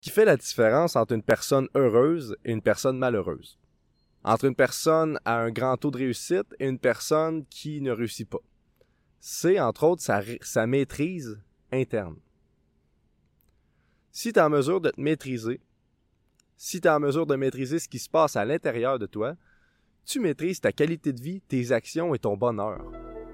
Qui fait la différence entre une personne heureuse et une personne malheureuse? Entre une personne à un grand taux de réussite et une personne qui ne réussit pas? C'est, entre autres, sa maîtrise interne. Si tu es en mesure de te maîtriser, si tu es en mesure de maîtriser ce qui se passe à l'intérieur de toi, tu maîtrises ta qualité de vie, tes actions et ton bonheur.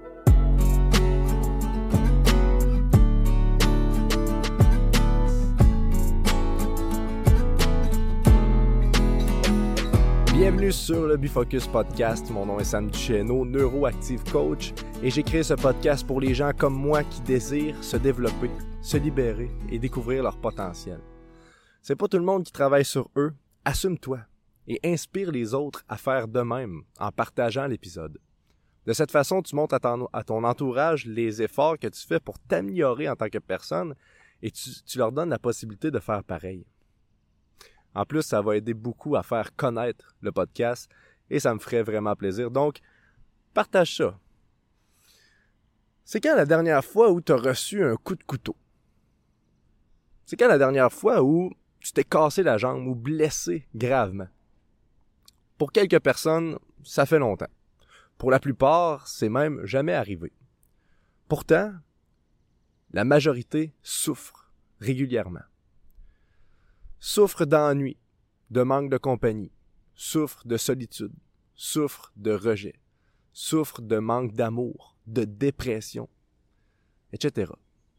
Bienvenue sur le Bifocus Podcast. Mon nom est Sam Duchesneau, neuroactive coach, et j'ai créé ce podcast pour les gens comme moi qui désirent se développer, se libérer et découvrir leur potentiel. C'est pas tout le monde qui travaille sur eux. Assume-toi et inspire les autres à faire de même en partageant l'épisode. De cette façon, tu montres à ton entourage les efforts que tu fais pour t'améliorer en tant que personne et tu leur donnes la possibilité de faire pareil. En plus, ça va aider beaucoup à faire connaître le podcast et ça me ferait vraiment plaisir. Donc, partage ça. C'est quand la dernière fois où tu as reçu un coup de couteau? C'est quand la dernière fois où tu t'es cassé la jambe ou blessé gravement? Pour quelques personnes, ça fait longtemps. Pour la plupart, c'est même jamais arrivé. Pourtant, la majorité souffre régulièrement. Souffre d'ennui, de manque de compagnie, souffre de solitude, souffre de rejet, souffre de manque d'amour, de dépression, etc.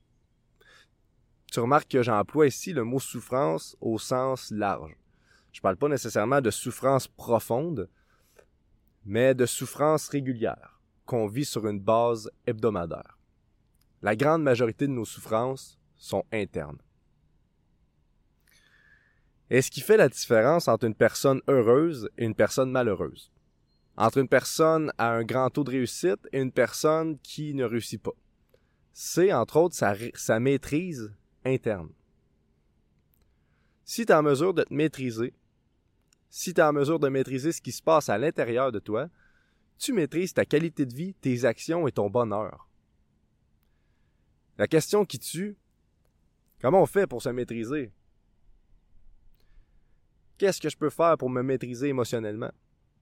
Tu remarques que j'emploie ici le mot souffrance au sens large. Je ne parle pas nécessairement de souffrance profonde, mais de souffrance régulière, qu'on vit sur une base hebdomadaire. La grande majorité de nos souffrances sont internes. Et ce qui fait la différence entre une personne heureuse et une personne malheureuse? Entre une personne à un grand taux de réussite et une personne qui ne réussit pas? C'est, entre autres, sa maîtrise interne. Si tu es en mesure de te maîtriser, si tu es en mesure de maîtriser ce qui se passe à l'intérieur de toi, tu maîtrises ta qualité de vie, tes actions et ton bonheur. La question qui tue, comment on fait pour se maîtriser? Qu'est-ce que je peux faire pour me maîtriser émotionnellement?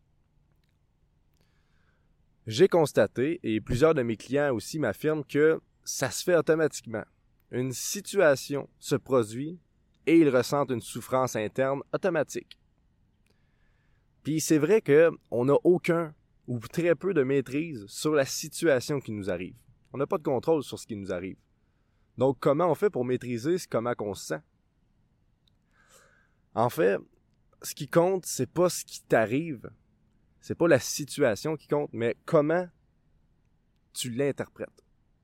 J'ai constaté, et plusieurs de mes clients aussi m'affirment que ça se fait automatiquement. Une situation se produit et ils ressentent une souffrance interne automatique. Puis c'est vrai qu'on n'a aucun ou très peu de maîtrise sur la situation qui nous arrive. On n'a pas de contrôle sur ce qui nous arrive. Donc comment on fait pour maîtriser comment on se sent? En fait, ce qui compte, c'est pas ce qui t'arrive, c'est pas la situation qui compte, mais comment tu l'interprètes.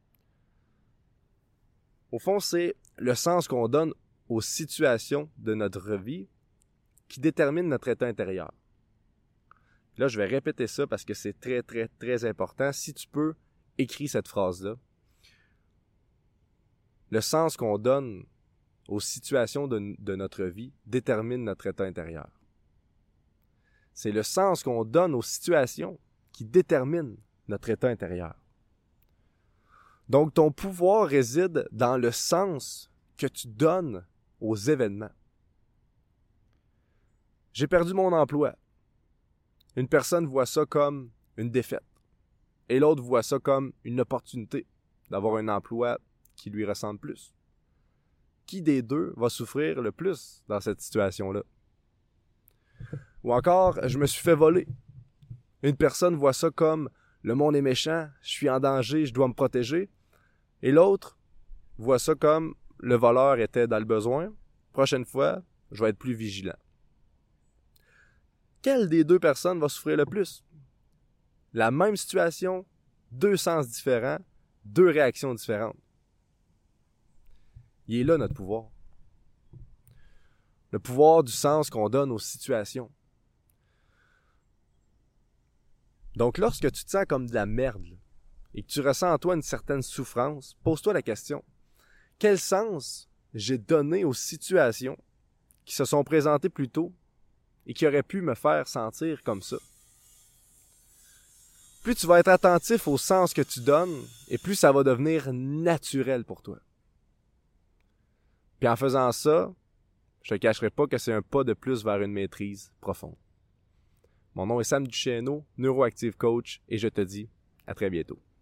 Au fond, c'est le sens qu'on donne aux situations de notre vie qui détermine notre état intérieur. Là, je vais répéter ça parce que c'est très, très, très important. Si tu peux, écris cette phrase-là. Le sens qu'on donne aux situations de notre vie détermine notre état intérieur. C'est le sens qu'on donne aux situations qui détermine notre état intérieur. Donc, ton pouvoir réside dans le sens que tu donnes aux événements. J'ai perdu mon emploi. Une personne voit ça comme une défaite. Et l'autre voit ça comme une opportunité d'avoir un emploi qui lui ressemble plus. Qui des deux va souffrir le plus dans cette situation-là? Ou encore, je me suis fait voler. Une personne voit ça comme le monde est méchant, je suis en danger, je dois me protéger. Et l'autre voit ça comme le voleur était dans le besoin. Prochaine fois, je vais être plus vigilant. Quelle des deux personnes va souffrir le plus? La même situation, deux sens différents, deux réactions différentes. Il est là notre pouvoir. Le pouvoir du sens qu'on donne aux situations. Donc, lorsque tu te sens comme de la merde et que tu ressens en toi une certaine souffrance, pose-toi la question. Quel sens j'ai donné aux situations qui se sont présentées plus tôt et qui auraient pu me faire sentir comme ça? Plus tu vas être attentif au sens que tu donnes et plus ça va devenir naturel pour toi. Puis en faisant ça, Je te cacherai pas que c'est un pas de plus vers une maîtrise profonde. Mon nom est Sam Duchesneau, neuroactive coach, et je te dis à très bientôt.